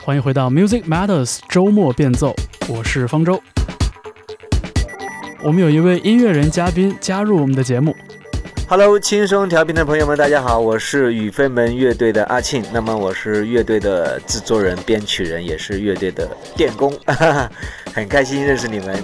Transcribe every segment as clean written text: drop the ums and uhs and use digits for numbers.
欢迎回到 Music Matters 周末变奏，我是方舟。我们有一位音乐人嘉宾加入我们的节目。 Hello， 轻松调频的朋友们，大家好，我是宇飞门乐队的阿庆。那么我是乐队的制作人、编曲人，也是乐队的电工，很开心认识你们。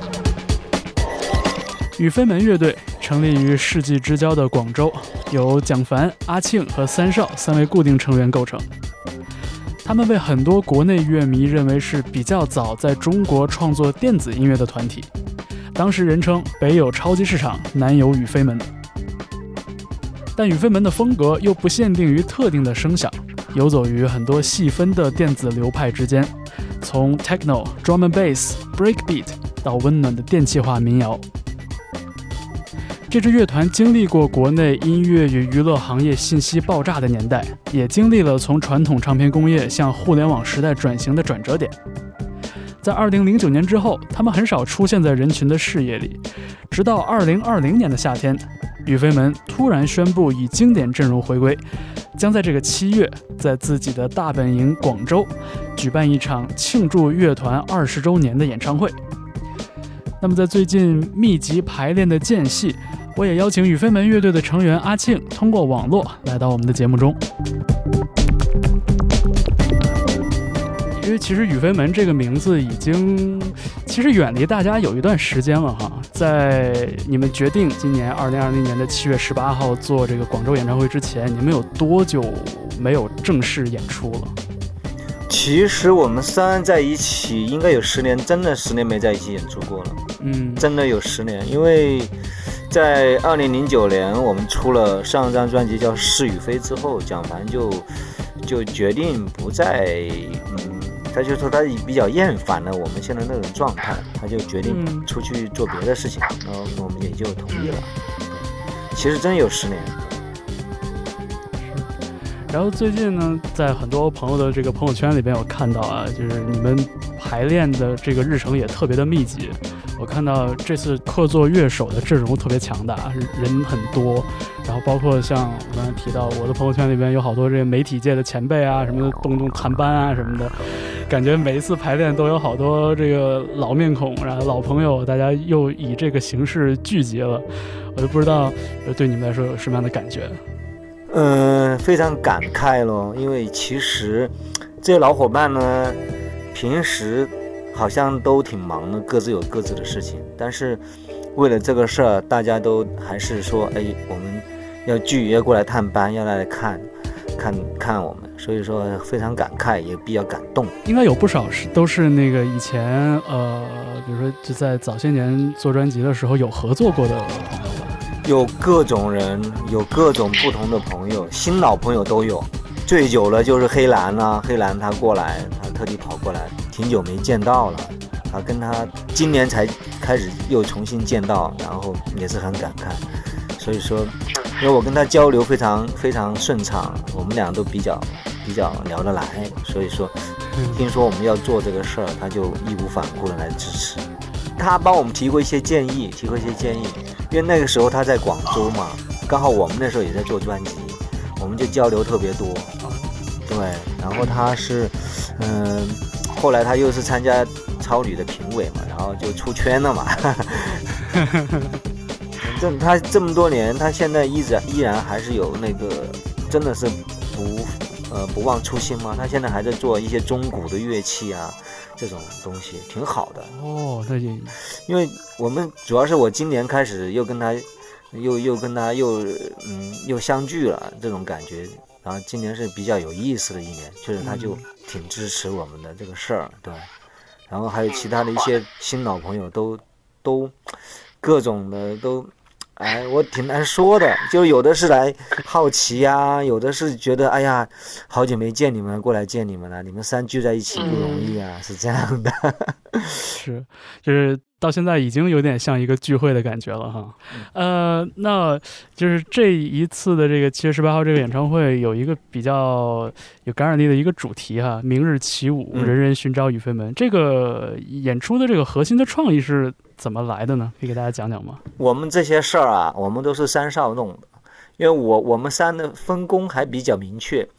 宇飞门乐队成立于世纪之交的广州，由蒋凡、阿庆和三少三位固定成员构成。他们被很多国内乐迷认为是比较早在中国创作电子音乐的团体，当时人称北有超级市场，南有宇飞门。但宇飞门的风格又不限定于特定的声响，游走于很多细分的电子流派之间，从 techno、drum and bass、breakbeat 到温暖的电气化民谣。这支乐团经历过国内音乐与娱乐行业信息爆炸的年代，也经历了从传统唱片工业向互联网时代转型的转折点。在2009年之后，他们很少出现在人群的视野里，直到2020年的夏天，宇飞门突然宣布以经典阵容回归，将在这个7月在自己的大本营广州举办一场庆祝乐团20周年的演唱会。那么在最近密集排练的间隙，我也邀请宇飞门乐队的成员阿庆通过网络来到我们的节目中。因为其实宇飞门这个名字已经其实远离大家有一段时间了哈，在你们决定今年2020年的7月18号做这个广州演唱会之前，你们有多久没有正式演出了？ 其实我们3在一起应该有10年，真的10年没在一起演出过了。真的有10年，因为在2009年我们出了上一张专辑叫《是与非》之后，蒋凡就决定不再他就说他比较厌烦了我们现在那种状态，他就决定出去做别的事情，然后我们也就同意了。其实真有10年。 然后最近呢，在很多朋友的这个朋友圈里边有看到啊，就是你们排练的这个日程也特别的密集。我看到这次客座乐手的阵容特别强大，人很多，然后包括像我刚才提到，我的朋友圈里边有好多这个媒体界的前辈啊，什么动动弹班啊什么的，感觉每一次排练都有好多这个老面孔，然后老朋友，大家又以这个形式聚集了，我就不知道对你们来说有什么样的感觉。 非常感慨咯，因为其实这些老伙伴呢，平时好像都挺忙的，各自有各自的事情，但是为了这个事儿，大家都还是说，我们要聚，要过来探班，要来看我们，所以说非常感慨，也比较感动。 应该有不少都是那个以前比如说就在早些年做专辑的时候有合作过的朋友吧。 有各种人，有各种不同的朋友，新老朋友都有。最久了就是黑兰啊，黑兰他过来，他特地跑过来，挺久没见到了，跟他今年才开始又重新见到，然后也是很感慨。所以说，因为我跟他交流非常非常顺畅，我们俩都比较聊得来，所以说听说我们要做这个事儿，他就义无反顾的来支持。他帮我们提过一些建议，因为那个时候他在广州嘛，刚好我们那时候也在做专辑，我们就交流特别多。对，然后他是后来他又是参加超女的评委嘛，然后就出圈了嘛。他这么多年，他现在依然还是有那个，真的是不忘初心嘛。他现在还在做一些中古的乐器啊，这种东西挺好的哦。那也因为我们主要是我今年开始又跟他又相聚了，这种感觉。然后今年是比较有意思的一年，确实他就挺支持我们的这个事儿，对。然后还有其他的一些新老朋友都各种的都，我挺难说的，就有的是来好奇啊，有的是觉得好久没见你们，过来见你们了，你们3聚在一起不容易啊，是这样的。 是，就是到现在已经有点像一个聚会的感觉了哈。那就是这一次的这个7月18号这个演唱会有一个比较有感染力的一个主题哈，明日起舞，人人寻找宇飞门。这个演出的这个核心的创意是怎么来的呢？可以给大家讲讲吗？ 我们这些事儿啊，我们都是三少弄的，因为我们3的分工还比较明确。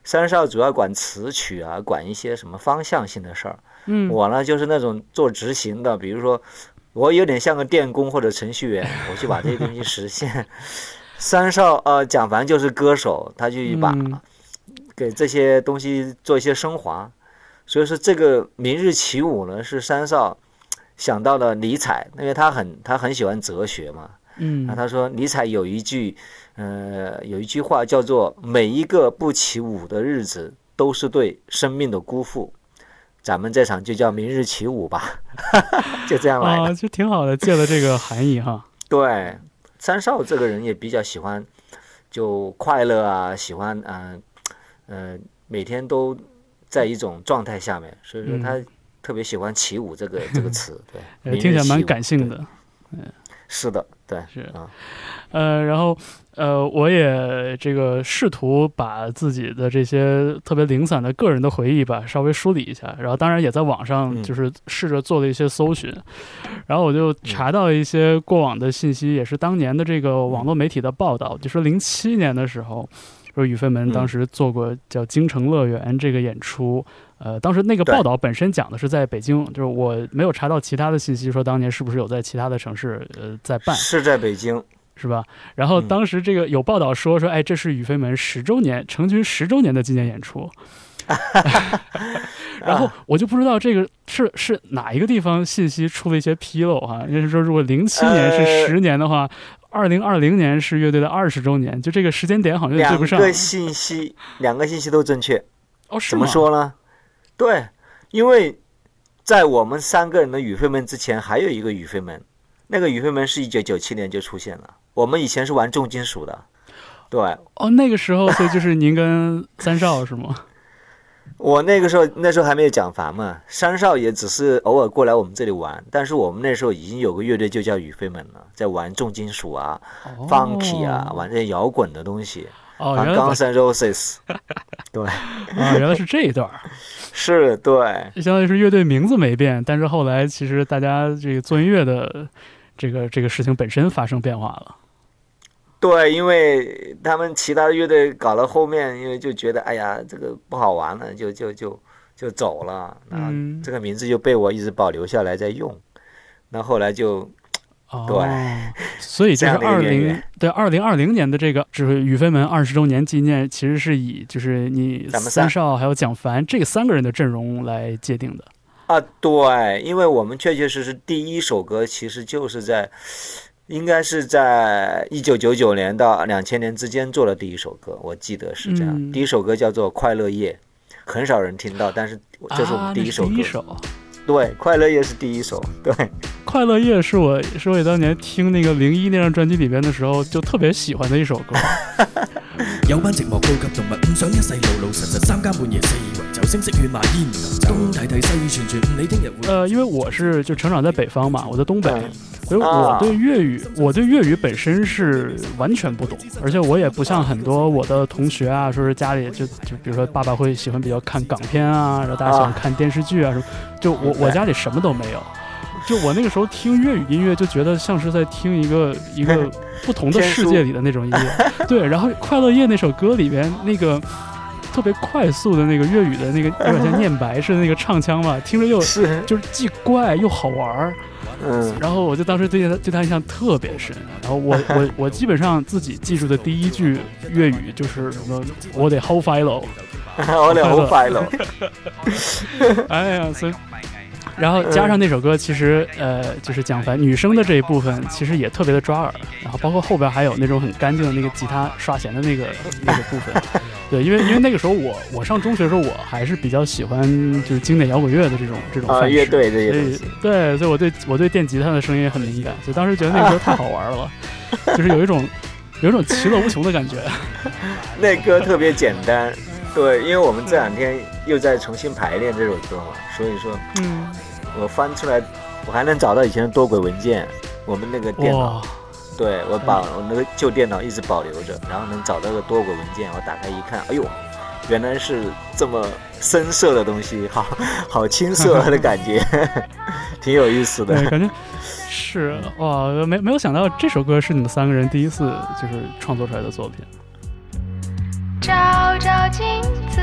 三少主要管词曲啊，管一些什么方向性的事儿。我呢就是那种做执行的，比如说我有点像个电工或者程序员，我去把这些东西实现。三少蒋凡就是歌手，他就把给这些东西做一些升华。所以说这个明日起舞呢，是三少想到了尼采，因为他很喜欢哲学嘛。他说尼采有一句话叫做每一个不起舞的日子都是对生命的辜负，咱们这场就叫明日起舞吧。就这样来的。 就挺好的，借了这个含义哈。 对，三少这个人也比较喜欢就快乐啊，喜欢每天都在一种状态下面，所以说他特别喜欢起舞这个词。对， 听起来蛮感性的。 是的，对， 是然后我也这个试图把自己的这些特别零散的个人的回忆吧稍微梳理一下，然后当然也在网上就是试着做了一些搜寻，然后我就查到一些过往的信息，也是当年的这个网络媒体的报道，就说07年的时候，说宇飞门当时做过叫《京城乐园》这个演出。当时那个报道本身讲的是在北京，就是我没有查到其他的信息说当年是不是有在其他的城市在办。是在北京， 是吧？然后当时这个有报道说，哎，这是宇飞门10周年成军10周年的纪念演出。然后我就不知道这个是哪一个地方信息出了一些纰漏哈。就是说，如果07年是10年的话，2020年是乐队的20周年，就这个时间点好像对不上。 两个信息都正确。 是吗？ 怎么说呢？对，因为在我们3个人的宇飞门之前，还有一个宇飞门，那个宇飞门是1997年就出现了。我们以前是玩重金属的，对。 那个时候，所以就是您跟三少是吗？ 我那时候还没有蒋凡嘛，三少也只是偶尔过来我们这里玩，但是我们那时候已经有个乐队就叫宇飞门了，在玩重金属啊、funky 啊，玩这些摇滚的东西。 原来 Guns N' Roses， 对。 原来是这一段。 是，对， 相当于是乐队名字没变，但是后来其实大家这个做音乐的这个事情本身发生变化了。 对，因为他们其他的乐队搞了后面，因为就觉得哎呀这个不好玩了，就走了。然后这个名字就被我一直保留下来在用。那后来就对， 所以就是2020年的这个就是宇飞门20周年纪念，其实是以就是你三少还有蒋凡这3个人的阵容来界定的对，因为我们确确实实第一首歌其实就是应该是在1999年到2000年之间做的第一首歌，我记得是这样。第一首歌叫做《快乐夜》，很少人听到，但是这是我们第一首歌。对，快乐夜是第一首。对， 快乐夜是我当年听那个01那张专辑里边的时候就特别喜欢的一首歌。有班寂寞高級動物唔想一世老老實實3更半夜4圍酒聲色血賣煙東睇睇西傳傳唔理聽日會因為我是就成長在北方嘛，我在東北，所以我對粵語本身是完全不懂，而且我也不像很多我的同學啊，說是家裡就比如說爸爸會喜歡比較看港片啊，然後大家喜歡看電視劇啊什麼，就我家裡什麼都沒有。就我那個時候聽粵語音樂就覺得像是在聽一個不同的世界裡的那種音樂。對，然後快樂夜那首歌裡邊那個特別快速的那個粵語的那個有點像念白式的那個唱腔嘛，聽着又就是既怪又好玩。然後我就當時對他印象特別深。然後我基本上自己記住的第一句粵語就是什麼我得好快樂， 我得好快樂。 哎呀，所以。然後加上那首歌，其實就是蒋凡女生的這一部分，其實也特別的抓耳。然後包括後邊還有那種很乾淨的那個吉他刷弦的那個部分。對，因為那個時候我上中學的時候，我還是比較喜歡就是經典搖滾樂的這種範式。 樂隊這些東西。 對，所以我對電吉他的聲音很敏感，所以當時覺得那個歌太好玩了，就是有一種其樂無窮的感覺。 那歌特別簡單。對，因為我們這兩天又在重新排練這首歌嘛，所以說，我翻出來，我還能找到以前的多軌文件，我們那個電腦，對，我把我那個舊電腦一直保留着，然後能找到個多軌文件，我打開一看，哎呦，原來是這麼深色的東西，好青澀的感覺，挺有意思的。 對，感覺是哇，沒有想到這首歌是你們3個人第一次就是創作出來的作品。 照照鏡子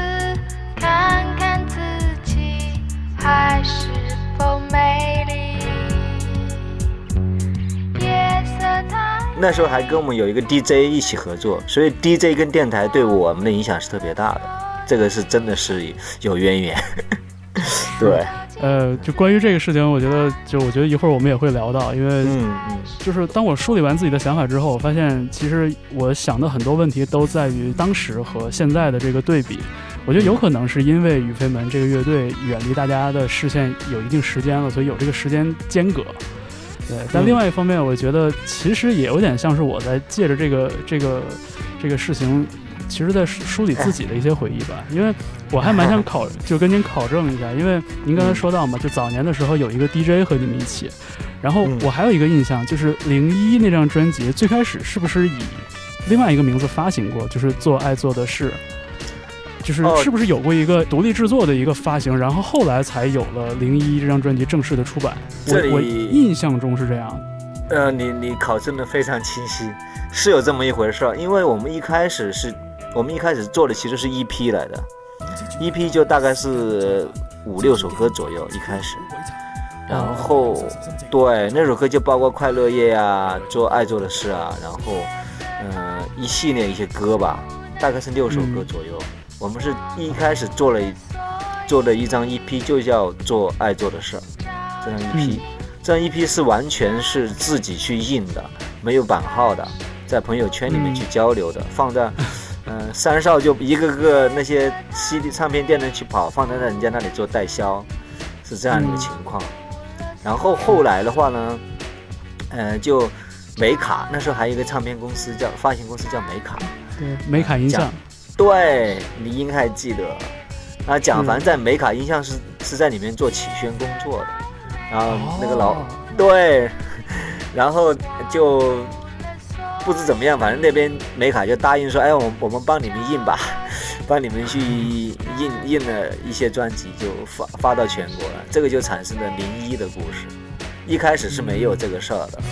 那时候还跟我们有一个 DJ 一起合作，所以 DJ 跟电台对我们的影响是特别大的，这个是真的是有渊源。对， 就关于这个事情，我觉得一会儿我们也会聊到，因为就是当我梳理完自己的想法之后，我发现其实我想的很多问题都在于当时和现在的这个对比。我觉得有可能是因为雨飞门这个乐队远离大家的视线有一定时间了，所以有这个时间间隔。对，但另外一方面，我觉得其实也有点像是我在借着这个事情，其实在梳理自己的一些回忆吧。因为我还蛮想就跟您考证一下，因为您刚才说到嘛，就早年的时候有一个 DJ 和你们一起，然后我还有一个印象就是01那张专辑最开始是不是以另外一个名字发行过，就是做爱做的事。就是是不是有过一个独立制作的一个发行，然后后来才有了01这张专辑正式的出版。我印象中是这样。 你考证的非常清晰，是有这么一回事。因为我们一开始做的其实是 EP 来的，EP 就大概是5-6首歌左右一开始，然后对那首歌就包括快乐夜啊，做爱做的事啊，然后一系列一些歌吧，大概是6首歌左右。我们是一开始做了一张 EP， 就叫做爱做的事。这张 EP，这张 EP 是完全是自己去印的，没有版号的，在朋友圈里面去交流的，放在三少就一个个那些 CD 唱片店的去跑，放在人家那里做代销，是这样的一个情况。然后后来的话呢，就美卡，那时候还有一个唱片公司发行公司叫美卡， 对，美卡音像。 对，你应该还记得。那蒋凡在美卡音像是在里面做企宣工作的，然后那个对，然后就不知怎么样，反正那边美卡就答应说，哎，我们帮你们印吧，帮你们去印了一些专辑，就发到全国了。这个就产生了01的故事。一开始是没有这个事儿的，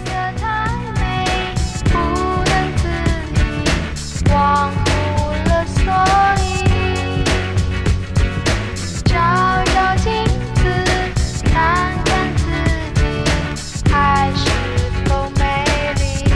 所以照照镜子，看看自己还是否美丽。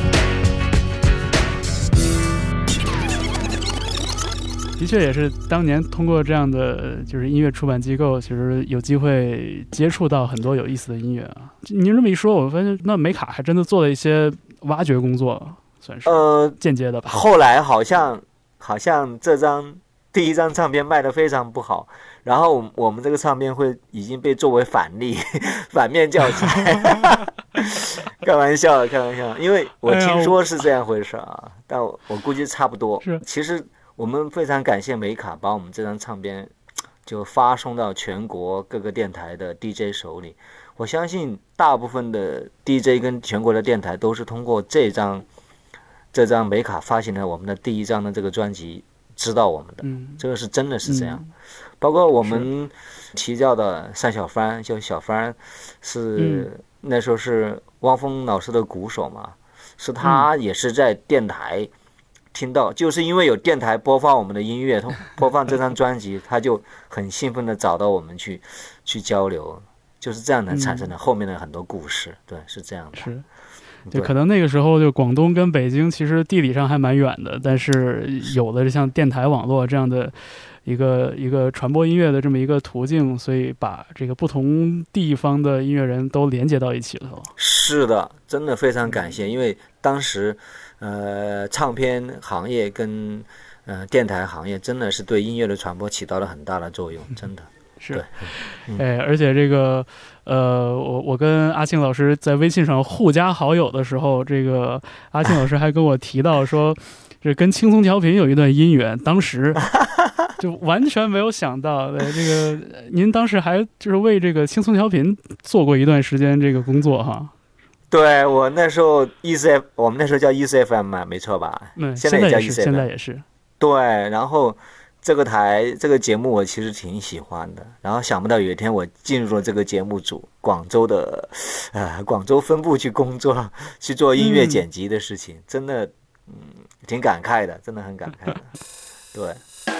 的确也是当年通过这样的就是音乐出版机构，其实有机会接触到很多有意思的音乐啊。您这么一说，我发现那美卡还真的做了一些挖掘工作，算是间接的吧。 后来好像这张第一张唱片卖得非常不好，然后我们这个唱片会已经被作为反例反面教材开玩笑，因为我听说是这样回事啊，但我估计差不多。其实我们非常感谢美卡把我们这张唱片就发送到全国各个电台的 DJ 手里。我相信大部分的 DJ 跟全国的电台都是通过这张美卡发行了我们的第一张的这个专辑知道我们的，这个是真的是这样。包括我们提到的单小帆，就小帆是那时候是汪峰老师的鼓手嘛，是他也是在电台听到，就是因为有电台播放我们的音乐，播放这张专辑，他就很兴奋的找到我们去交流，就是这样的产生了后面的很多故事。对，是这样的。 是。就可能那个时候就广东跟北京其实地理上还蛮远的，但是有了像电台网络这样的一个传播音乐的这么一个途径，所以把这个不同地方的音乐人都连接到一起了。 是的，真的非常感谢，因为当时唱片行业跟电台行业真的是对音乐的传播起到了很大的作用，真的。 是，而且这个我跟阿庆老师在微信上互加好友的时候，这个阿庆老师还跟我提到说，这跟轻松调频有一段姻缘，当时就完全没有想到，这个您当时还就是为这个轻松调频做过一段时间这个工作哈。 对，我那时候我们那时候叫 ECFM 嘛，没错吧？现在也叫 ECFM， 现在也是。对， 然后。这个节目我其实挺喜欢的，然后想不到有一天我进入了这个节目组，广州分部去工作，去做音乐剪辑的事情，真的挺感慨的，真的很感慨的。对。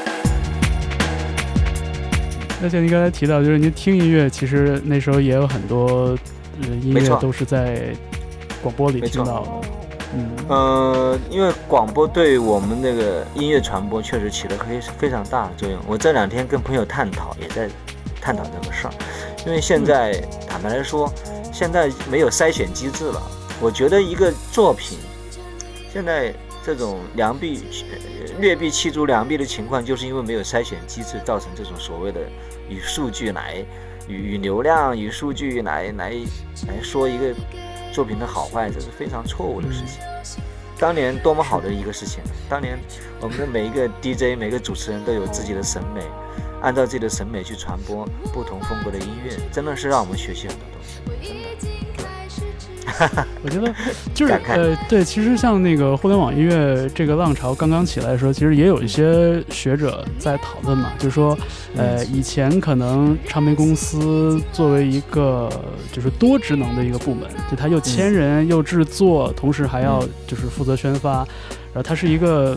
而且您刚才提到，就是您听音乐，其实那时候也有很多音乐都是在广播里听到的。 因为广播对我们那个音乐传播确实起了非常大的作用。我这2天跟朋友探讨，也在探讨这个事儿。因为现在坦白来说，现在没有筛选机制了。我觉得一个作品，现在这种劣币驱逐良币的情况，就是因为没有筛选机制，造成这种所谓的以数据来、与流量、与数据来说一个作品的好坏，这是非常错误的事情。当年多么好的一个事情！当年我们的每一个 DJ、每个主持人都有自己的审美，按照自己的审美去传播不同风格的音乐，真的是让我们学习很多东西，真的。 我觉得就是对，其实像那个互联网音乐这个浪潮刚刚起来的时候，其实也有一些学者在讨论嘛，就是说，以前可能唱片公司作为一个就是多职能的一个部门，就它又签人又制作，同时还要就是负责宣发，然后它是一个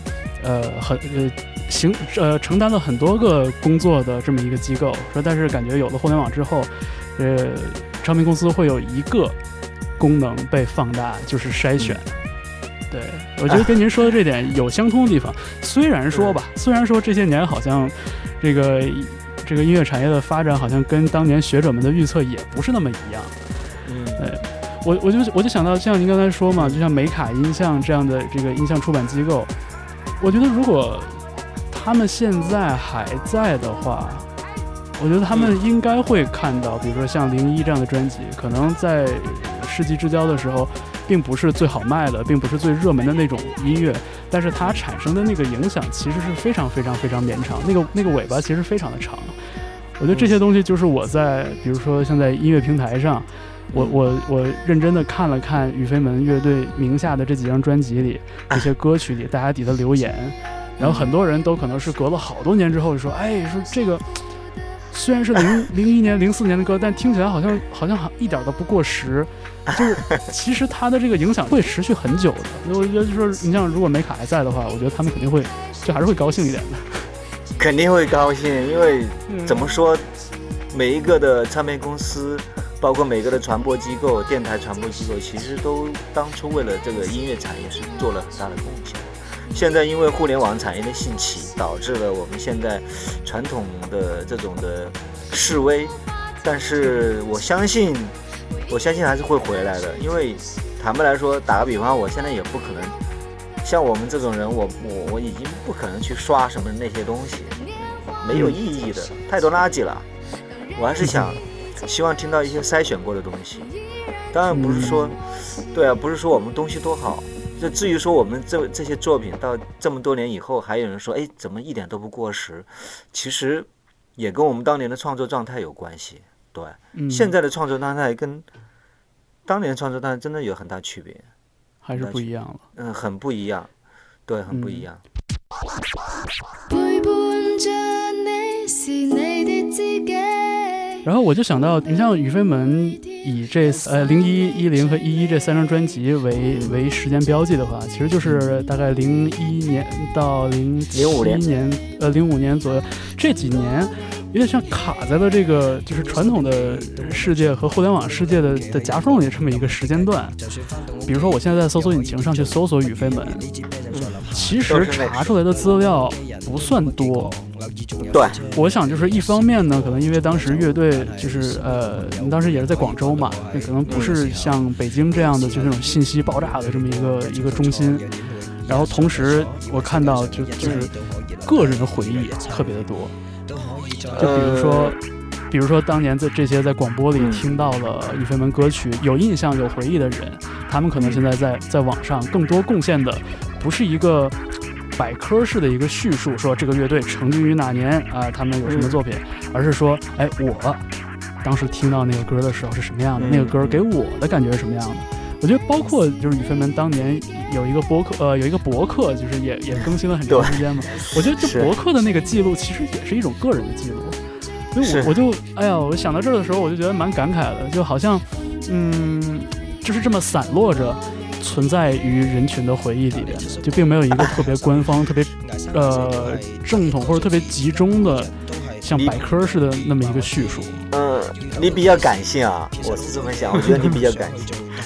承担了很多个工作的这么一个机构。说但是感觉有了互联网之后，唱片公司会有一个功能被放大，就是筛选。对，我觉得跟您说的这点有相通的地方。虽然说这些年好像这个音乐产业的发展好像跟当年学者们的预测也不是那么一样。对，我就想到像您刚才说嘛，就像美卡音像这样的这个音像出版机构，我觉得如果他们现在还在的话，我觉得他们应该会看到，比如说像01这样的专辑，可能在世纪之交的时候并不是最好卖的，并不是最热门的那种音乐，但是它产生的那个影响其实是非常非常非常绵长，那个尾巴其实非常的长。我觉得这些东西就是我在比如说像在音乐平台上，我认真的看了看宇飞门乐队名下的这几张专辑里这些歌曲里大家底的留言，然后很多人都可能是隔了好多年之后说，说这个虽然是01年、04年的歌，但听起来好像一点都不过时。就是其实它的这个影响会持续很久的。我觉得就是说，你像如果美卡还在的话，我觉得他们肯定会就还是会高兴一点的。 肯定会高兴，因为怎么说，每一个的唱片公司，包括每个的传播机构、电台传播机构，其实都当初为了这个音乐产业是做了很大的贡献。现在因为互联网产业的兴起，导致了我们现在传统的这种的式微，但是我相信还是会回来的。因为坦白来说，打个比方，我现在也不可能像我们这种人，我已经不可能去刷什么那些东西，没有意义的，太多垃圾了。我还是希望听到一些筛选过的东西。当然不是说，对啊，不是说我们东西多好。就至于说我们这些作品到这么多年以后，还有人说，怎么一点都不过时？其实也跟我们当年的创作状态有关系。对，现在的创作状态跟当年的创作状态真的有很大区别， 还是不一样了。 很不一样，对，很不一样。 然后我就想到，你像宇飞门以这01、10和11这3张专辑为时间标记的话，其实就是大概01年到07年05年左右，这几年有点像卡在了这个就是传统的世界和互联网世界的夹缝里这么一个时间段。比如说我现在在搜索引擎上去搜索宇飞门，其实查出来的资料不算多。 对， 我想就是一方面呢，可能因为当时乐队就是当时也是在广州嘛，可能不是像北京这样的就是那种信息爆炸的这么一个中心。然后同时我看到就是个人的回忆特别的多，就比如说当年这些在广播里听到了宇飞门歌曲有印象有回忆的人，他们可能现在在网上更多贡献的不是一个百科式的一个叙述，说这个乐队成立于哪年啊，他们有什么作品，而是说我当时听到那个歌的时候是什么样的，那个歌给我的感觉是什么样的。我觉得包括就是宇飞门当年有一个博客就是也更新了很长时间嘛，我觉得这博客的那个记录其实也是一种个人的记录。所以我就我想到这儿的时候，我就觉得蛮感慨的，就好像就是这么散落着存在于人群的回忆里边，就并没有一个特别官方、特别正统或者特别集中的像百科似的那么一个叙述。 你比较感性啊，我是这么想，我觉得你比较感性。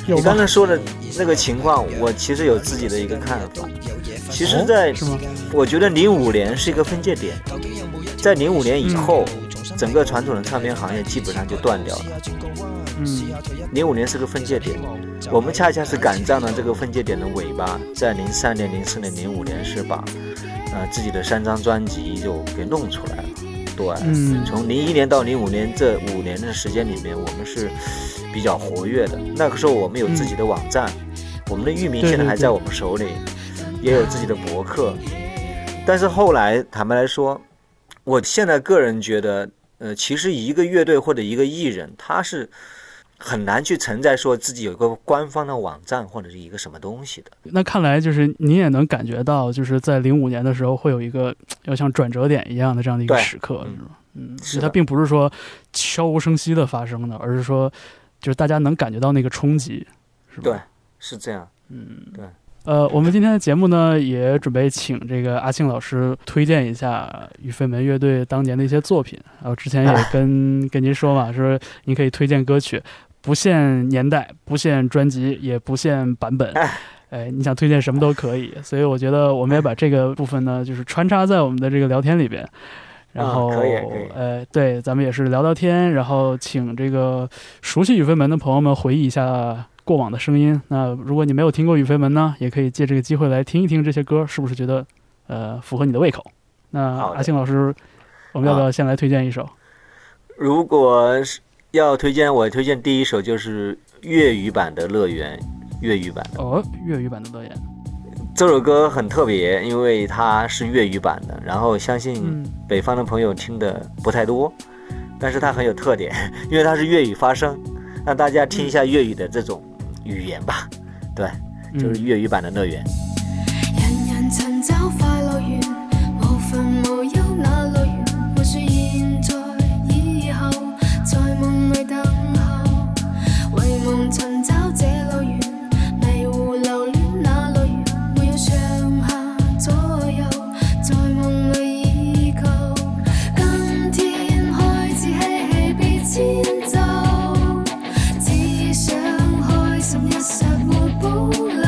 你刚才说的那个情况，我其实有自己的一个看法。其实在，我觉得05年是一个分界点，在05年以后，整个传统的唱片行业基本上就断掉了。05年是个分界点，我们恰恰是赶上了这个分界点的尾巴，在03年、04年、05年是把自己的3张专辑就给弄出来了。对，从01年到05年这5年的时间里面，我们是比较活跃的。那个时候我们有自己的网站，我们的域名现在还在我们手里，也有自己的博客。但是后来坦白来说，我现在个人觉得，其实一个乐队或者一个艺人，他是很难去承载说自己有一个官方的网站或者是一个什么东西的。 那看来就是你也能感觉到，就是在05年的时候会有一个要像转折点一样的这样的一个时刻，是吧？它并不是说悄无声息的发生的，而是说就是大家能感觉到那个冲击，是吧？ 对，是这样。对。 我们今天的节目呢，也准备请这个阿庆老师推荐一下宇飞门乐队当年的一些作品。然后之前也跟您说嘛，说您可以推荐歌曲，不限年代，不限专辑，也不限版本。你想推荐什么都可以。所以我觉得我们也把这个部分呢，就是穿插在我们的这个聊天里边。然后， 可以。 对，咱们也是聊聊天，然后请这个熟悉宇飞门的朋友们回忆一下过往的声音。那如果你没有听过宇飞门呢，也可以借这个机会来听一听这些歌，是不是觉得符合你的胃口？那阿庆老师，我们要不要先来推荐一首？ 如果要推荐，我推荐第一首就是粤语版的《乐园》，粤语版的。粤语版的《乐园》。 这首歌很特别，因为它是粤语版的，然后相信北方的朋友听的不太多，但是它很有特点，因为它是粤语发声，让大家听一下粤语的这种语言吧。对，就是粤语版的《乐园》。 人人尋找快樂園，無煩無憂那樂園，無說現在以後，在夢裏等候，為夢尋找這樂園，迷糊留戀那樂園，沒有上下左右，在夢裏倚靠，今天開始嬉戲別遷就，只想開心一剎沒保留。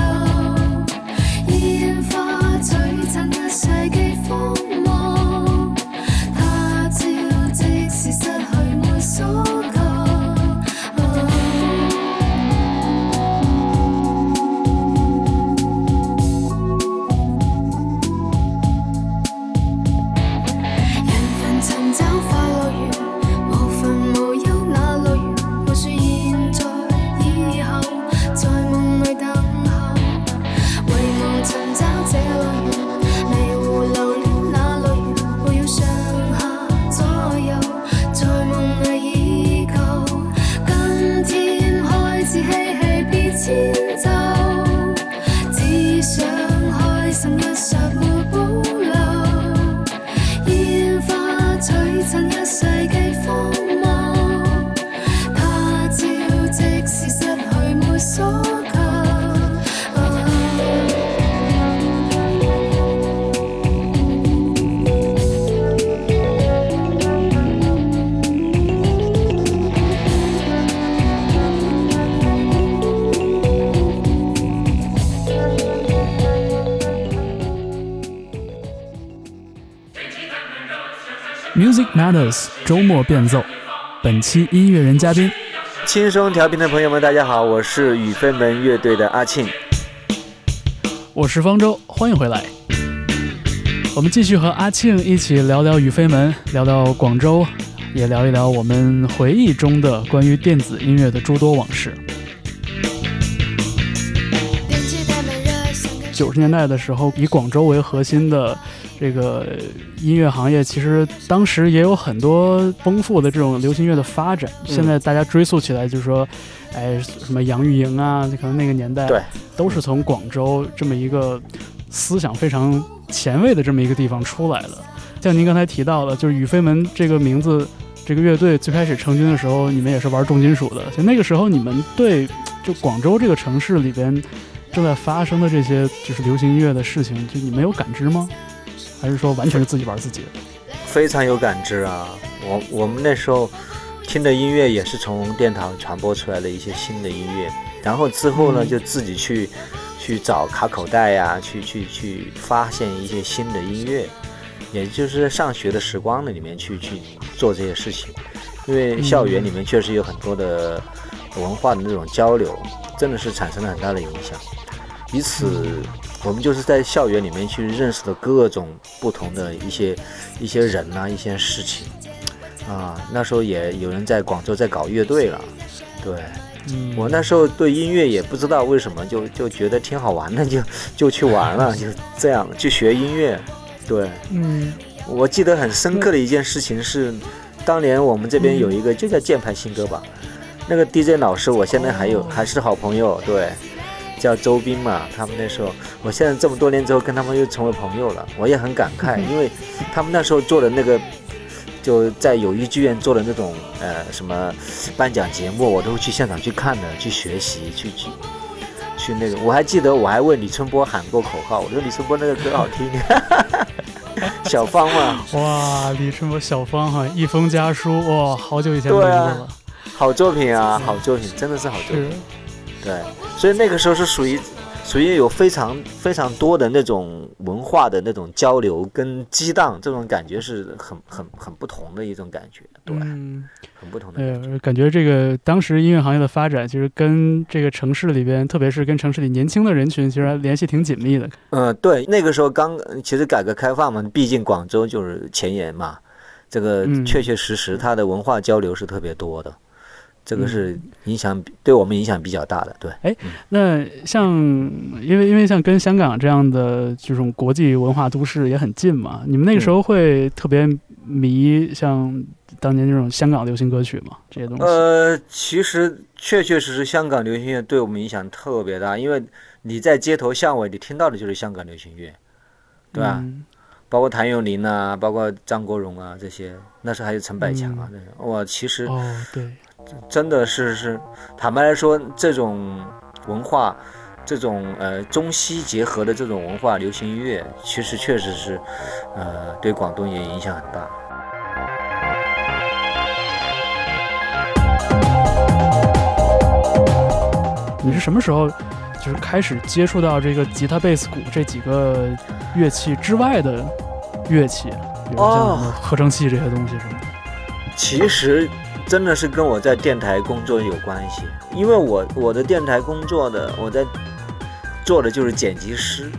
煙花璀璨一世紀荒謬，他朝即使失去沒所求。人人尋找快樂園，無煩無憂那樂園，無說現在以後，在夢裏等候。為夢尋找這樂園，迷糊留戀那樂園，沒有上下左右，在夢裏倚靠。今天開始嬉戲別遷就，只想開心一剎沒保留。煙花璀璨一世紀荒謬，他朝即使失去沒所求。 Music Matters 周末变奏，本期音乐人嘉宾， 轻松调频的朋友们，大家好，我是宇飞门乐队的阿庆， 我是方舟，欢迎回来。我们继续和阿庆一起聊聊宇飞门，聊聊广州，也聊一聊我们回忆中的关于电子音乐的诸多往事。90年代的时候，以广州为核心的这个音乐行业，其实当时也有很多丰富的这种流行乐的发展。现在大家追溯起来，就是说，什么杨钰莹啊，可能那个年代， 对， 都是从广州这么一个思想非常前卫的这么一个地方出来的。像您刚才提到的，就是宇飞门这个名字，这个乐队最开始成军的时候，你们也是玩重金属的。就那个时候，你们对就广州这个城市里边正在发生的这些就是流行音乐的事情，就你们有感知吗？还是说完全是自己玩自己的？ 非常有感知啊！我们那时候听的音乐也是从电台传播出来的一些新的音乐， 然后之后呢，就自己去找卡口袋呀，去发现一些新的音乐，也就是上学的时光里面去做这些事情。因为校园里面确实有很多的文化的那种交流，真的是产生了很大的影响。以此，我们就是在校园里面去认识了各种不同的一些人啊，一些事情啊。那时候也有人在广州在搞乐队了，对。我那时候对音乐也不知道为什么，就觉得挺好玩的，就去玩了，就这样去学音乐。对，我记得很深刻的一件事情是，当年我们这边有一个就叫键盘新歌吧，那个 DJ 老师，我现在还是好朋友，对，叫周斌嘛。他们那时候，我现在这么多年之后跟他们又成为朋友了，我也很感慨，因为他们那时候做的那个。就在友谊剧院做的那种什么颁奖节目，我都去现场去看的，去学习，去那个。我还记得我还为李春波喊过口号，我说李春波那个歌好听，小芳嘛。 哇，李春波小芳哈，一封家书，哇，好久以前的名字了。 好作品啊，好作品，真的是好作品。对，所以那个时候是属于有非常非常多的那种文化的那种交流跟激荡，这种感觉是很不同的一种感觉，对，很不同的感觉。 感觉这个当时音乐行业的发展，其实跟这个城市里边，特别是跟城市里年轻的人群，其实联系挺紧密的。 对，那个时候其实改革开放嘛，毕竟广州就是前沿嘛，这个确确实实它的文化交流是特别多的。这个是对我们影响比较大的，对。 那像因为像跟香港这样的这种国际文化都市也很近嘛，你们那个时候会特别迷像当年这种香港流行歌曲吗？这些东西？ 其实确确实实香港流行乐对我们影响特别大，因为你在街头巷尾你听到的就是香港流行乐，对吧？包括谭咏麟啊，包括张国荣啊这些，那时候还有陈百强啊，哇，其实对。 真的是坦白来说，这种文化，这种中西结合的这种文化流行音乐，其实确实是对广东也影响很大。 你是什么时候就是开始接触到这个吉他、贝斯、鼓这几个乐器之外的乐器，比如像合成器这些东西什么的？ 其实真的是跟我在电台工作有关系，因为我的电台工作的，我在做的就是剪辑师。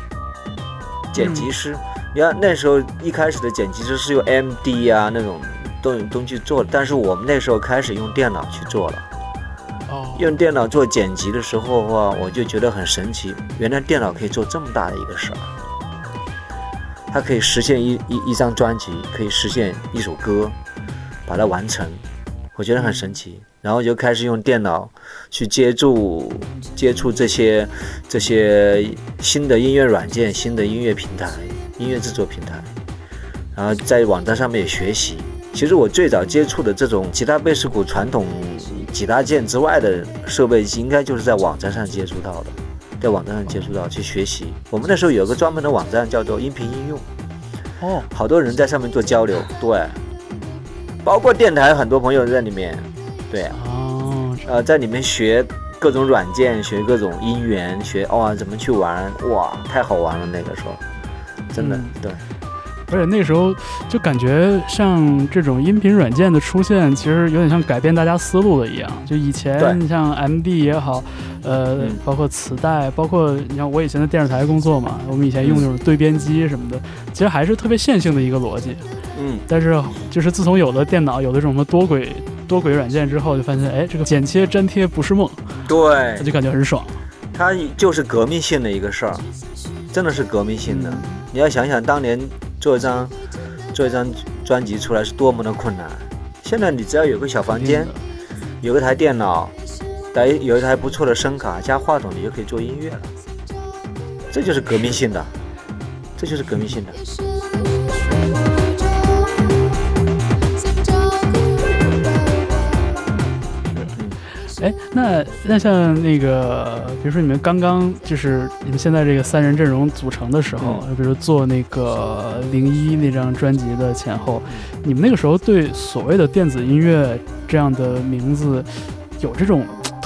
你看那时候一开始的剪辑师是用 MD 啊那种东西做的，但是我们那时候开始用电脑去做了。用电脑做剪辑的时候的话，我就觉得很神奇，原来电脑可以做这么大的一个事儿，它可以实现一张专辑，可以实现一首歌，把它完成。我觉得很神奇，然后就开始用电脑去接触这些新的音乐软件、新的音乐平台、音乐制作平台，然后在网站上面也学习。其实我最早接触的这种吉他、贝斯、鼓传统几大件之外的设备，应该就是在网站上接触到的，在网站上接触到去学习。我们那时候有个专门的网站叫做音频应用，好多人在上面做交流，对。包括电台很多朋友在里面，对在里面学各种软件，学各种音源，学怎么去玩，哇，太好玩了那个时候，真的对。 而且那个时候就感觉像这种音频软件的出现，其实有点像改变大家思路的一样。就以前你像 MD 也好，包括磁带，包括你像我以前的电视台工作嘛，我们以前用那种对边机什么的，其实还是特别线性的一个逻辑。但是就是自从有了电脑，有了这种什么多轨软件之后，就发现这个剪切粘贴不是梦， 对， 就感觉很爽。 它就是革命性的一个事儿，真的是革命性的。你要想想当年做一张专辑出来是多么的困难，现在你只要有个小房间，有一台电脑，有一台不错的声卡加话筒，你就可以做音乐了。这就是革命性的，这就是革命性的。 那像那个，比如说你们刚刚就是你们现在这个3人阵容组成的时候，比如做那个01那张专辑的前后，你们那个时候对所谓的电子音乐这样的名字有这种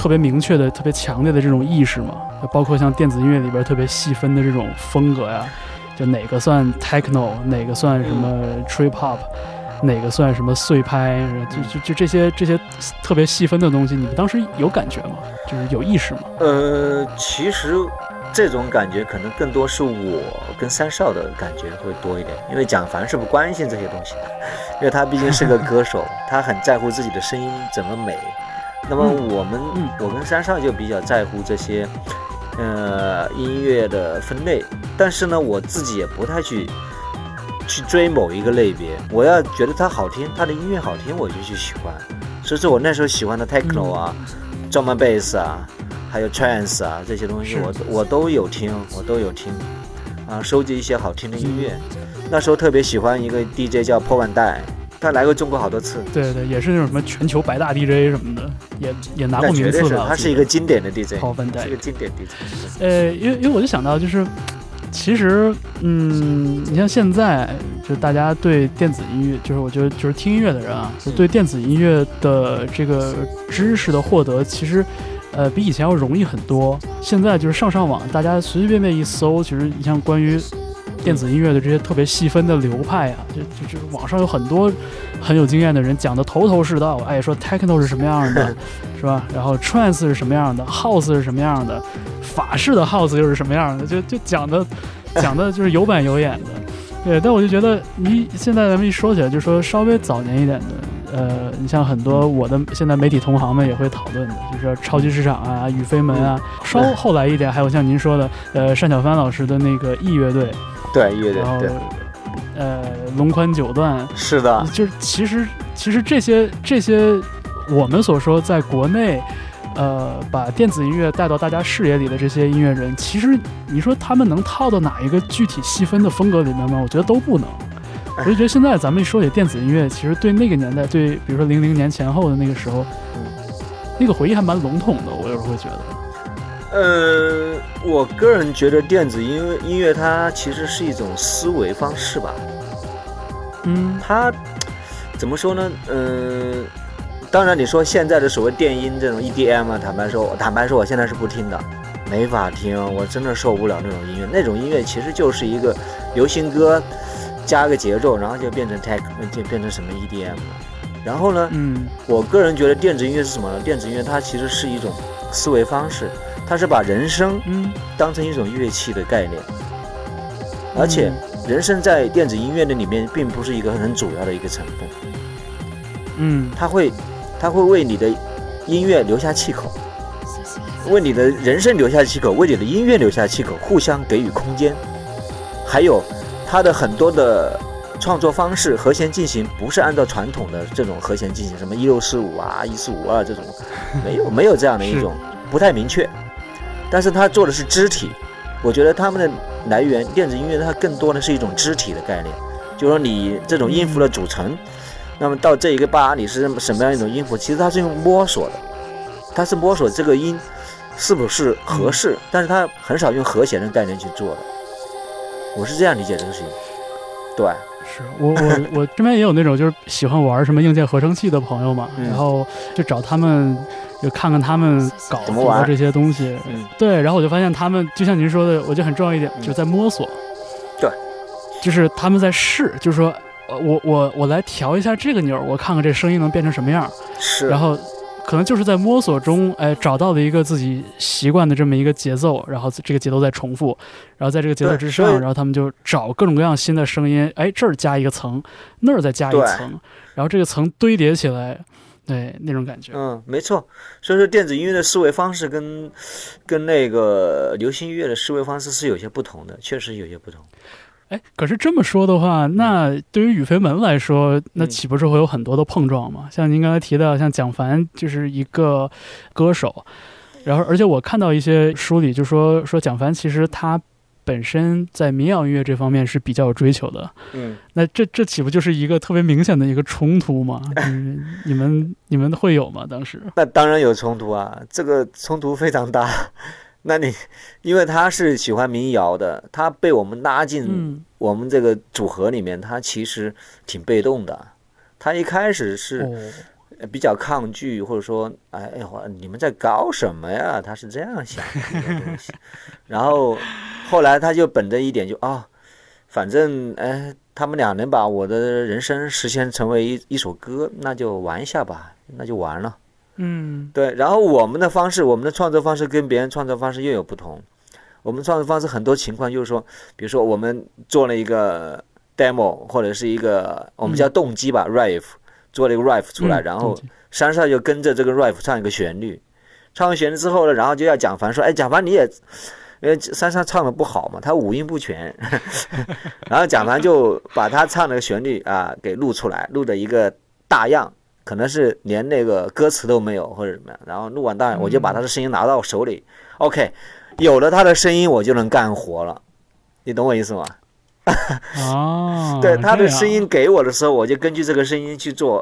特别明确的、特别强烈的这种意识嘛，包括像电子音乐里边特别细分的这种风格呀，就哪个算 techno， 哪个算什么 trip hop，哪个算什么碎拍，就这些特别细分的东西，你们当时有感觉吗？就是有意识吗？ 其实这种感觉可能更多是我跟三少的感觉会多一点，因为蒋凡是不关心这些东西的，因为他毕竟是个歌手，他很在乎自己的声音怎么美。那么我跟三少就比较在乎这些音乐的分类，但是呢，我自己也不太去追某一个类别，我要觉得它好听，它的音乐好听，我就去喜欢。所以说我那时候喜欢的 techno 啊、drum and bass 啊，还有 trance 啊这些东西，我都有听，啊，收集一些好听的音乐。那时候特别喜欢一个 DJ 叫破万代，他来过中国好多次。 对，也是那种什么全球100大 DJ 什么的，也拿过名次了。 他是一个经典的 DJ， 破万代是一个经典 DJ。 因为我就想到就是。其实，你像现在，就大家对电子音乐，就是我觉得就是听音乐的人啊，就对电子音乐的这个知识的获得，其实，比以前要容易很多。现在就是上网，大家随随便便一搜，其实你像关于电子音乐的这些特别细分的流派啊，就是网上有很多很有经验的人讲的头头是道，哎，说 techno 是什么样的，是吧？然后 trance 是什么样的 ，house 是什么样的。法式的 house 又是什么样的？就讲的就是有板有眼的，对。但我就觉得现在咱们一说起来，就说稍微早年一点的，你像很多我的现在媒体同行们也会讨论的，就是超级市场啊、宇飞门啊，稍后来一点，还有像您说的，单小帆老师的那个 E 乐队， 对 E 乐队， 然后龙宽九段， 是的， 就是其实这些我们所说在国内。把电子音乐带到大家视野里的这些音乐人，其实你说他们能套到哪一个具体细分的风格里面吗？我觉得都不能。我就觉得现在咱们一说起电子音乐，其实对那个年代，对比如说00年前后的那个时候，那个回忆还蛮笼统的。我有时候会觉得，我个人觉得电子音乐它其实是一种思维方式吧。它怎么说呢？当然，你说现在的所谓电音这种 EDM 啊，坦白说，我现在是不听的，没法听，我真的受不了那种音乐。那种音乐其实就是一个流行歌，加个节奏，然后就变成 就变成什么 EDM 了。然后呢，我个人觉得电子音乐是什么呢？电子音乐它其实是一种思维方式，它是把人声当成一种乐器的概念，而且人声在电子音乐的里面并不是一个很主要的一个成分。它会为你的音乐留下气口，为你的人生留下气口，为你的音乐留下气口，互相给予空间。还有它的很多的创作方式，和弦进行不是按照传统的这种和弦进行，什么1645啊、1452这种，没有这样的一种，不太明确。但是它做的是肢体，我觉得他们的来源，电子音乐它更多的是一种肢体的概念，就是说你这种音符的组成。那么到这一个巴你是什么样一种音符，其实它是用摸索的，它是摸索这个音是不是合适，但是它很少用和弦的概念去做的。我是这样理解这个事情。对， 是我这边也有那种就是喜欢玩什么硬件合成器的朋友嘛，然后就找他们就看看他们搞的这些东西，对，然后我就发现他们就像您说的，我觉得很重要一点，就是在摸索， 对， 就是他们在试，就是说。我来调一下这个钮，我看看这声音能变成什么样。 是， 然后可能就是在摸索中，找到了一个自己习惯的这么一个节奏，然后这个节奏再重复，然后在这个节奏之上，然后他们就找各种各样新的声音，这儿加一个层，那儿再加一层，然后这个层堆叠起来，对那种感觉。 没错。所以说电子音乐的思维方式跟那个流行音乐的思维方式是有些不同的，确实有些不同。 可是这么说的话，那对于宇飞门来说，那岂不是会有很多的碰撞吗？像您刚才提到，像蒋凡就是一个歌手，然后而且我看到一些书里就说蒋凡其实他本身在民谣音乐这方面是比较有追求的。那这岂不就是一个特别明显的一个冲突吗？你们会有吗？当时？ 那当然有冲突啊，这个冲突非常大。那你因为他是喜欢民谣的，他被我们拉进我们这个组合里面，他其实挺被动的。他一开始是比较抗拒，或者说你们在搞什么呀？他是这样想的这个东西。然后后来他就本着一点反正他们俩能把我的人生实现成为一首歌，那就玩一下吧，那就玩了。对。然后我们的创作方式跟别人创作方式又有不同。我们创作方式很多情况就是说，比如说我们做了一个 demo 或者是一个我们叫动机吧，riff， 做了一个 riff 出来，然后山上就跟着这个 riff 唱一个旋律，唱完旋律之后呢，然后就要蒋凡说，蒋凡你也，因为山上唱的不好嘛，他五音不全，然后蒋凡就把他唱的旋律给录出来，录的一个大样，可能是连那个歌词都没有或者怎么样，然后录完大样，我就把他的声音拿到手里 ，OK， 有了他的声音我就能干活了，你懂我意思吗？对，他的声音给我的时候，我就根据这个声音去做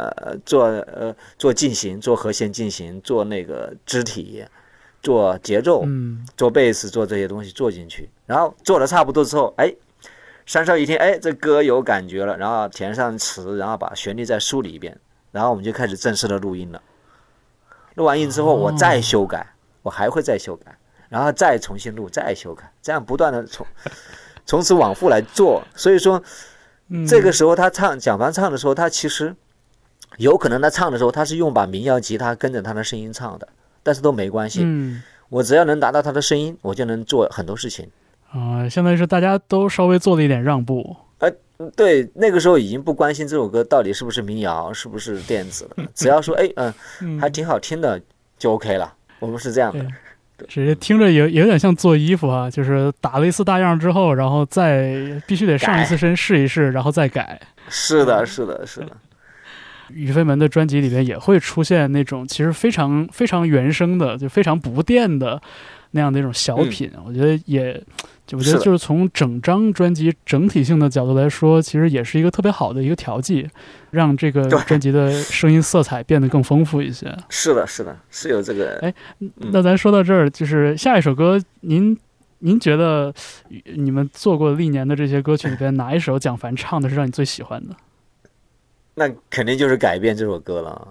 进行，做和弦进行，做那个肢体，做节奏，做贝斯，做这些东西做进去。然后做的差不多之后，山少一听，这歌有感觉了，然后填上词，然后把旋律再梳理一遍，然后我们就开始正式的录音了。录完音之后，我再修改，我还会再修改，然后再重新录，再修改，这样不断的从此往复来做。所以说这个时候蒋凡唱的时候，他其实有可能他唱的时候他是用把民谣吉他跟着他的声音唱的，但是都没关系，我只要能达到他的声音，我就能做很多事情相当于是大家都稍微做了一点让步。 对，那个时候已经不关心这首歌到底是不是民谣是不是电子了，只要说还挺好听的就 OK 了，我们是这样的。 是听着有点像做衣服啊，就是打了一次大样之后，然后再必须得上一次身试一试，然后再改。是的。宇飞门的专辑里边也会出现那种其实非常非常原声的，就非常不电的那样的一种小品。我觉得就是从整张专辑整体性的角度来说，其实也是一个特别好的一个调剂，让这个专辑的声音色彩变得更丰富一些。是的，是有这个。那咱说到这儿，就是下一首歌，您觉得你们做过历年的这些歌曲里边，哪一首蒋凡唱的是让你最喜欢的？ 那肯定就是《改变》这首歌了。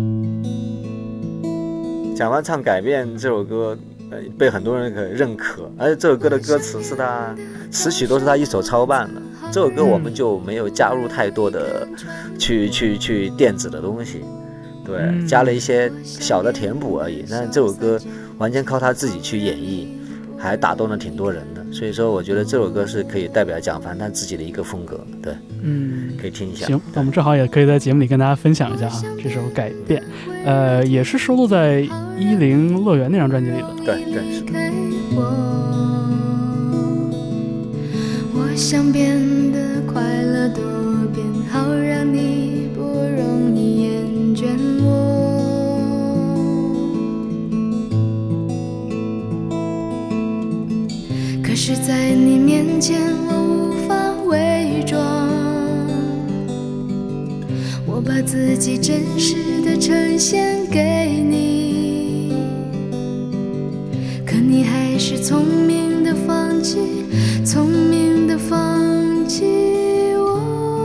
蒋凡唱《改变》这首歌，被很多人认可，而且这首歌的歌词是他词曲都是他一手操办的。这首歌我们就没有加入太多的去电子的东西，对，加了一些小的填补而已。但这首歌完全靠他自己去演绎，还打动了挺多人的。所以说，我觉得这首歌是可以代表蒋凡他自己的一个风格，对，可以听一下。行， 那我们正好也可以在节目里跟大家分享一下这首《改变》，也是收录在10乐园那张专辑里的。 对，是的。 我想变得快乐多变好，让你不容易厌倦我。可是在你面前我无法伪装，我把自己真实的呈现给你，可你还是聪明的放弃我。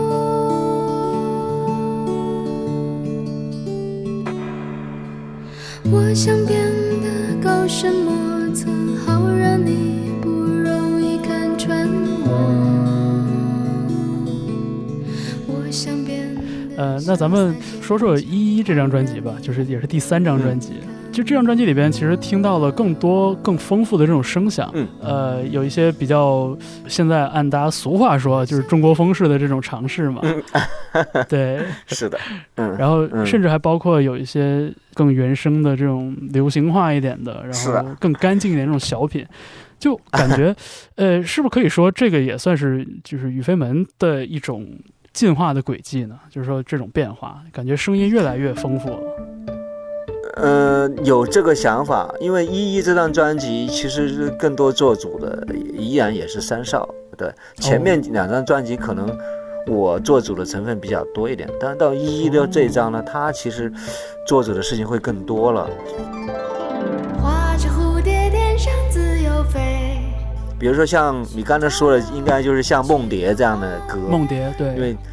我想变得高深莫测，好让你不容易看穿我想变得那咱们说说11这张专辑吧，就是也是第3张专辑。就这张专辑里边其实听到了更多更丰富的这种声响，有一些比较现在按大家俗话说就是中国风式的这种尝试嘛，对， 是的， 然后甚至还包括有一些更原声的这种流行化一点的，然后更干净一点这种小品，就感觉是不是可以说这个也算是就是宇飞门的一种进化的轨迹呢？就是说这种变化，感觉声音越来越丰富了。 有这个想法，因为11这张专辑其实是更多做主的依然也是山少，对，前面2张专辑可能我做主的成分比较多一点，但到11的这一张呢，他其实做主的事情会更多了。 画着蝴蝶天上自由飞， 比如说像你刚才说的，应该就是像梦蝶这样的歌， 梦蝶，对， 因为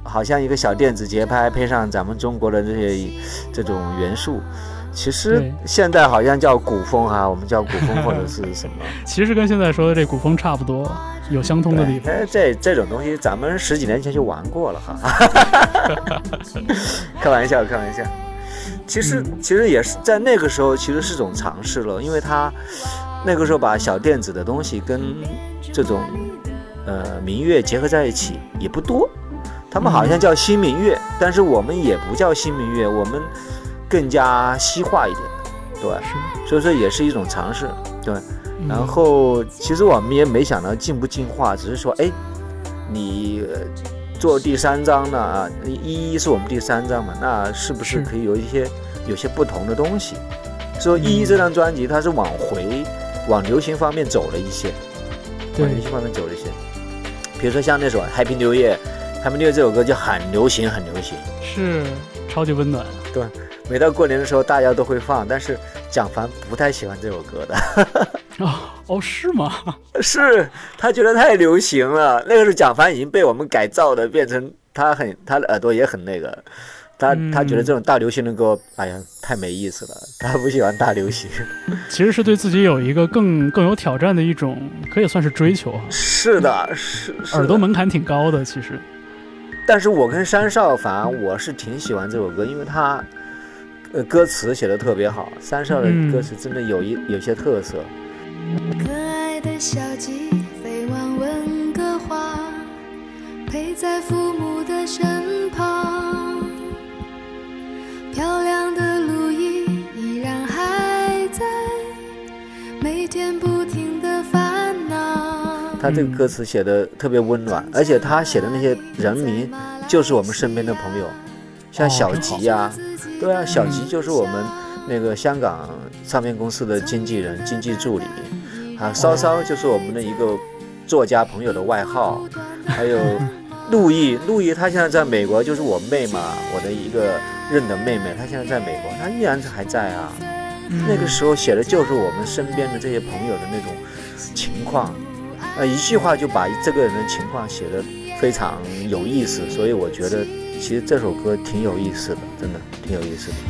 好像一个小电子节拍配上咱们中国的这种元素。其实现在好像叫古风哈，我们叫古风或者是什么？ 其实跟现在说的这古风差不多，有相通的地方。 这种东西咱们10几年前就玩过了哈。开玩笑。其实也是在那个时候，其实是种尝试了，因为他那个时候把小电子的东西跟这种民乐结合在一起也不多。他们好像叫新民乐，但是我们也不叫新民乐，我们更加西化一点，对，所以说也是一种尝试，对。然后其实我们也没想到进不进化，只是说，哎，你做第3章呢啊，一是我们第3章嘛，那是不是可以有些不同的东西？所以这张专辑它是往流行方面走了一些，往流行方面走了一些。比如说像那首《Happy New Year》，Happy New Year 这首歌就很流行， 是超级温暖， 对。每到过年的时候大家都会放，但是蒋凡不太喜欢这首歌的。 哦，是吗？ 是，他觉得太流行了。那个时候蒋凡已经被我们改造的变成他的耳朵也很那个，他觉得这种大流行的歌，哎呀，太没意思了，他不喜欢大流行。 其实是对自己有一个更有挑战的一种，可以算是追求哈。 是的，是耳朵门槛挺高的，其实。 但是我跟山少反而我是挺喜欢这首歌，因为他歌词写得特别好，山少的歌词真的有些特色。 可爱的小鸡飞往温哥华，陪在父母的身旁，漂亮的路易依然还在，每天不停地烦恼。 他这个歌词写得特别温暖，而且他写的那些人名就是我们身边的朋友，像小吉啊，对啊，小吉就是我们那个香港唱片公司的经纪人、经济助理啊，骚骚就是我们的一个作家朋友的外号，还有陆毅他现在在美国，就是我妹嘛，我的一个认的妹妹，她现在在美国，她依然还在啊。那个时候写的就是我们身边的这些朋友的那种情况，一句话就把这个人的情况写得非常有意思，所以我觉得其实这首歌挺有意思的，真的挺有意思的。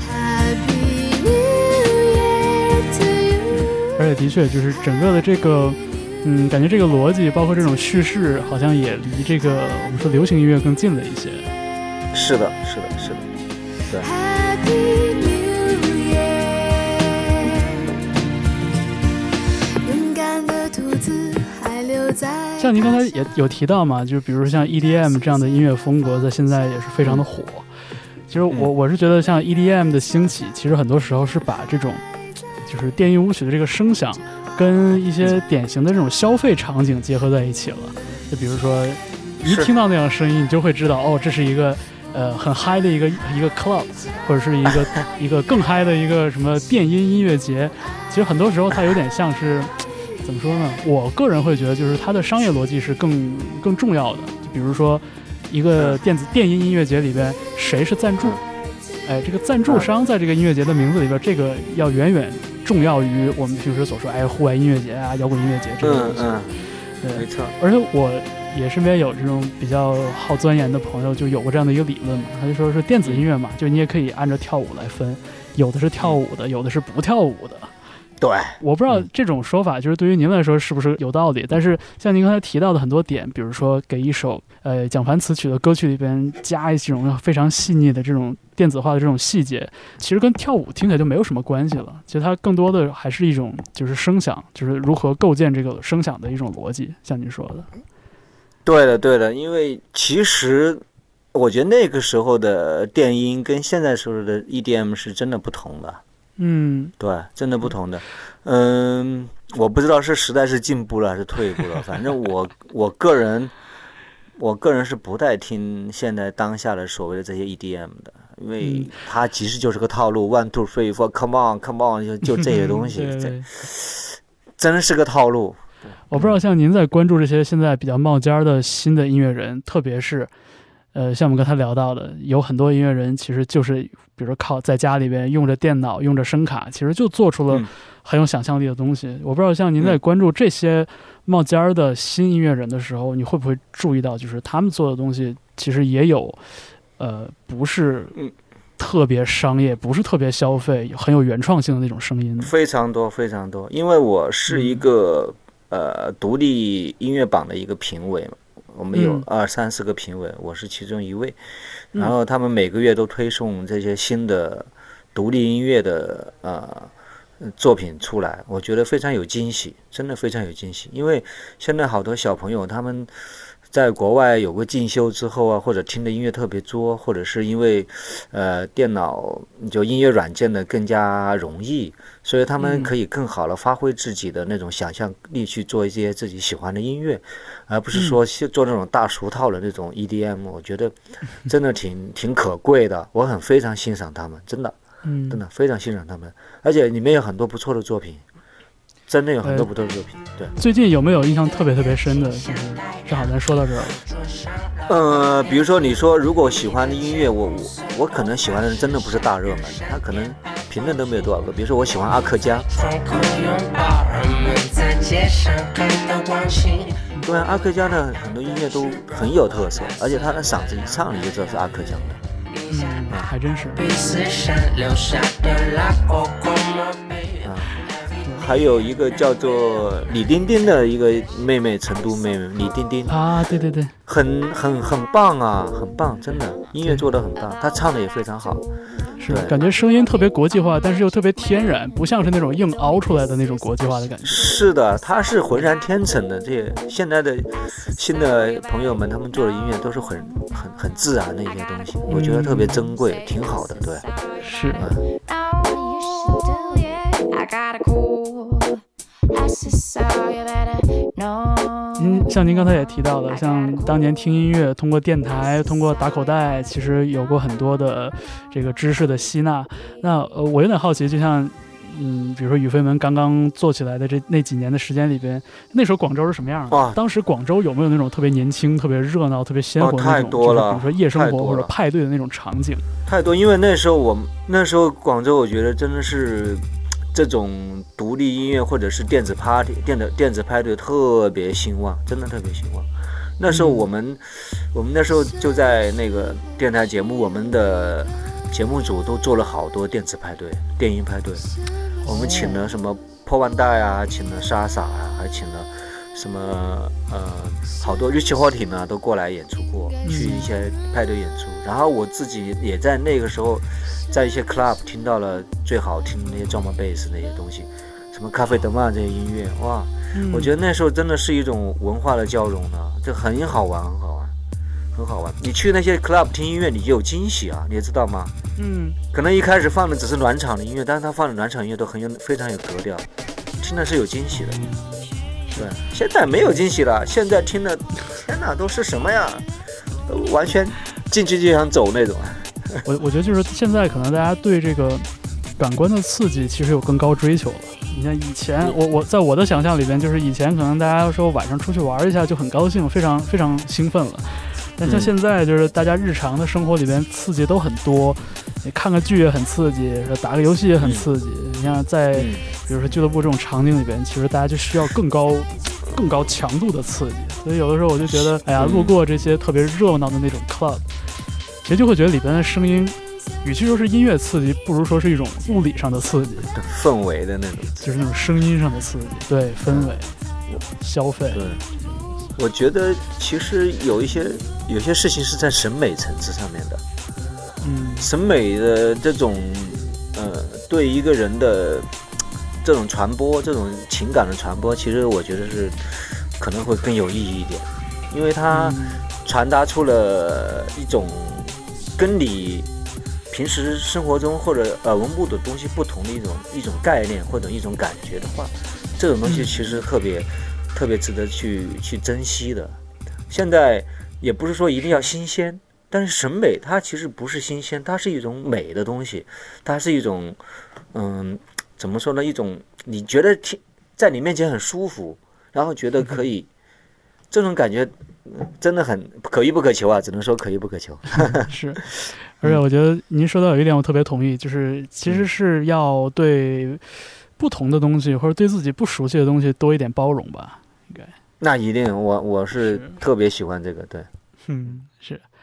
而且的确就是整个的这个感觉这个逻辑包括这种叙事好像也离这个我们说流行音乐更近了一些。 是的，对。 勇敢的兔子还留在。 像您刚才也有提到嘛，就比如像 EDM 这样的音乐风格在现在也是非常的火。其实我是觉得像 EDM 的兴起，其实很多时候是把这种就是电音舞曲的这个声响跟一些典型的这种消费场景结合在一起了。就比如说一听到那样的声音，你就会知道哦，这是一个很嗨的一个 club， 或者是一个更嗨的一个什么电音音乐节。其实很多时候它有点像是怎么说呢？我个人会觉得就是它的商业逻辑是更重要的。就比如说一个电音音乐节里边谁是赞助，这个赞助商在这个音乐节的名字里边，这个要远远重要于我们平时所说户外音乐节啊、摇滚音乐节这个东西。对， 没错。 而且我也身边有这种比较好钻研的朋友，就有过这样的一个理论嘛，他就说是电子音乐嘛，就你也可以按照跳舞来分，有的是跳舞的，有的是不跳舞的。 对， 我不知道这种说法就是对于您来说是不是有道理，但是像您刚才提到的很多点，比如说给一首蒋凡词曲的歌曲里边加一种非常细腻的这种电子化的这种细节，其实跟跳舞听起来就没有什么关系了。其实它更多的还是一种就是声响，就是如何构建这个声响的一种逻辑，像您说的。 对的，因为其实我觉得那个时候的电音跟现在时候的 EDM 是真的不同的。对，真的不同的。我不知道是时代是进步了还是退步了，反正我个人是不太听现在当下的所谓的这些 EDM 的，因为它其实就是个套路 ，1 2 3 4 come on 就这些东西，真是个套路。 我不知道像您在关注这些现在比较冒尖的新的音乐人，特别是像我们刚才聊到的，有很多音乐人其实就是比如说靠在家里边用着电脑用着声卡，其实就做出了很有想象力的东西。我不知道像您在关注这些冒尖的新音乐人的时候，你会不会注意到就是他们做的东西其实也有，不是特别商业，不是特别消费，很有原创性的那种声音。 非常多非常多，因为我是一个独立音乐榜的一个评委嘛，我们有2、3、4个评委，我是其中一位。然后他们每个月都推送这些新的独立音乐的作品出来，我觉得非常有惊喜，真的非常有惊喜。因为现在好多小朋友他们在国外有过进修之后啊，或者听的音乐特别多，或者是因为电脑就音乐软件的更加容易，所以他们可以更好的发挥自己的那种想象力去做一些自己喜欢的音乐，而不是说做那种大俗套的那种 EDM。我觉得真的挺可贵的，我非常欣赏他们，真的非常欣赏他们，而且里面有很多不错的作品。真的有很多不错的作品，对。 最近有没有印象特别深的？就是正好咱说到这儿。 比如说你说如果喜欢的音乐，我可能喜欢的人真的不是大热门，他可能评论都没有多少个。比如说我喜欢阿克江，对啊，阿克江的很多音乐都很有特色，而且他的嗓子一唱你就知道是阿克江的。 还真是。 还有一个叫做李丁丁的一个妹妹，成都妹妹李丁丁啊，对， 很棒啊，很棒，真的音乐做得很棒，她唱的也非常好， 是感觉声音特别国际化，但是又特别天然，不像是那种硬熬出来的那种国际化的感觉。 是的，她是浑然天成的，这些现在的新的朋友们他们做的音乐都是很自然的一些东西，我觉得特别珍贵，挺好的，对， 是。像您刚才也提到了，像当年听音乐通过电台通过打口袋其实有过很多的这个知识的吸纳。那我有点好奇，就像比如说宇飞门刚刚做起来的那几年的时间里边，那时候广州是什么样的？当时广州有没有那种特别年轻特别热闹特别鲜活的那种， 太多了， 比如说夜生活或者派对的那种场景？ 太多，因为那时候广州我觉得真的是这种独立音乐或者是电子 party 电子派对特别兴旺，真的特别兴旺。那时候我们那时候就在那个电台节目，我们的节目组都做了好多电子派对、电音派对。我们请了什么破万代啊，请了莎莎啊，还请了什么好多 Rich Hotting 啊都过来演出过，去一些派对演出。然后我自己也在那个时候在一些 club 听到了最好听的那些 drum and bass 那些东西，什么咖啡德曼这些音乐，哇，我觉得那时候真的是一种文化的交融呢，这很好玩，很好玩。你去那些 club 听音乐，你就有惊喜啊，你也知道吗？可能一开始放的只是暖场的音乐，但是他放的暖场音乐都非常有格调，听的是有惊喜的。对，现在没有惊喜了，现在听的，天哪，都是什么呀？都完全进去就想走那种。 我觉得就是现在可能大家对这个感官的刺激其实有更高追求了。你像以前，我在我的想象里边，就是以前可能大家说晚上出去玩一下就很高兴，非常非常兴奋了。但像现在，就是大家日常的生活里边刺激都很多，你看个剧也很刺激，打个游戏也很刺激。你像在比如说俱乐部这种场景里边，其实大家就需要更高强度的刺激。所以有的时候我就觉得，哎呀，路过这些特别热闹的那种 club， 其实就会觉得里边的声音，与其说是音乐刺激，不如说是一种物理上的刺激， 氛围的那种， 就是那种声音上的刺激，对，氛围、消费。 对，我觉得其实有些事情是在审美层次上面的，审美的这种对一个人的这种传播，这种情感的传播，其实我觉得是可能会更有意义一点，因为它传达出了一种跟你平时生活中或者耳闻目睹的东西不同的一种概念或者一种感觉的话，这种东西其实特别值得去珍惜的。现在也不是说一定要新鲜，但是审美它其实不是新鲜，它是一种美的东西，它是一种怎么说呢？一种你觉得在你面前很舒服，然后觉得可以，这种感觉真的很可遇不可求啊，只能说可遇不可求。 是，而且我觉得您说到有一点我特别同意，就是其实是要对不同的东西或者对自己不熟悉的东西多一点包容吧，应该。 那一定，我是特别喜欢这个，对。 是。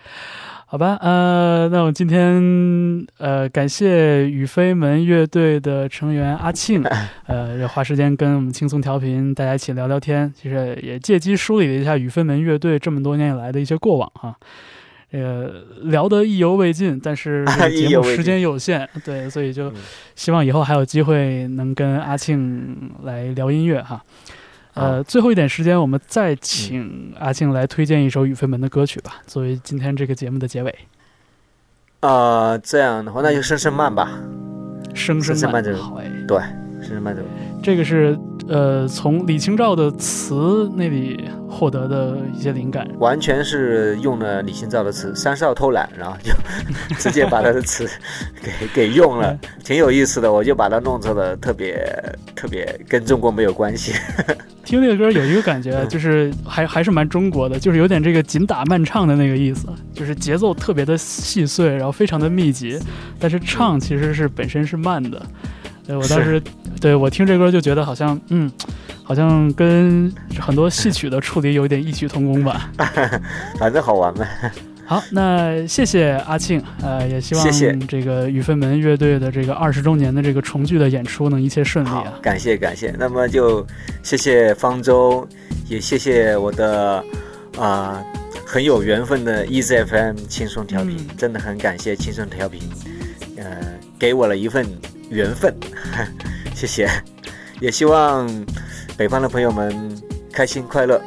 好吧，那我今天感谢雨飞门乐队的成员阿庆，要花时间跟我们轻松调频大家一起聊聊天，其实也借机梳理了一下雨飞门乐队这么多年以来的一些过往哈。聊得意犹未尽，但是节目时间有限，对，所以就希望以后还有机会能跟阿庆来聊音乐哈。最后一点时间，我们再请阿庆来推荐一首雨飞门的歌曲吧，作为今天这个节目的结尾。 这样的话，那就声声慢吧。 声声慢， 好哎，对，声声慢这个是从李清照的词那里获得的一些灵感， 完全是用了李清照的词，三少偷懒，然后就直接把他的词给用了，挺有意思的。我就把它弄成了特别跟中国没有关系。 听这个歌有一个感觉，就是还是蛮中国的，就是有点这个紧打慢唱的那个意思，就是节奏特别的细碎，然后非常的密集，但是唱其实是本身是慢的。我当时对我听这歌就觉得好像跟很多戏曲的处理有点异曲同工吧。 反正好玩嘛。 好，那谢谢阿庆，也希望这个雨飞门乐队的这个20周年的这个重聚的演出能一切顺利啊！ 感谢。那么就谢谢方舟，也谢谢我的很有缘分的 EZFM 轻松调频，真的很感谢轻松调频，给我了一份缘分，谢谢。也希望北方的朋友们开心快乐。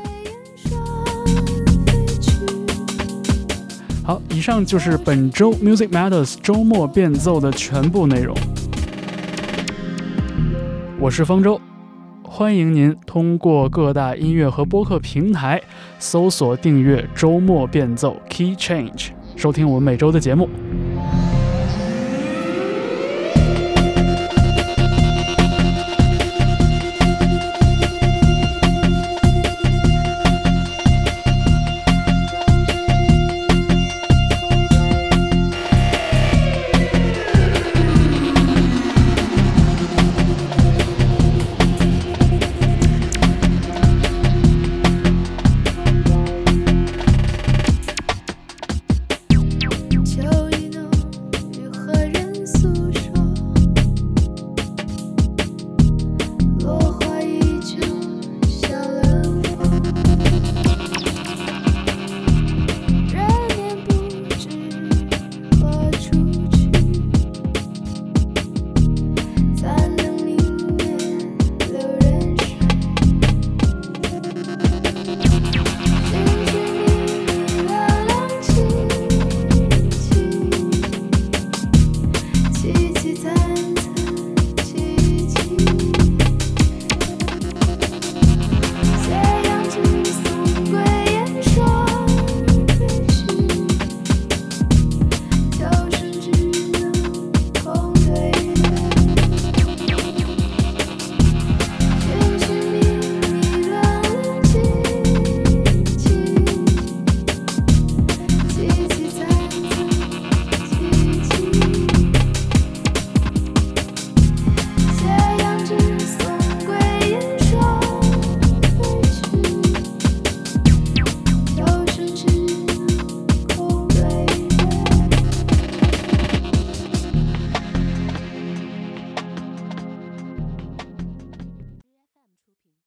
好，以上就是本周 Music Matters 周末变奏的全部内容。我是方舟，欢迎您通过各大音乐和播客平台搜索订阅周末变奏 Key Change， 收听我们每周的节目。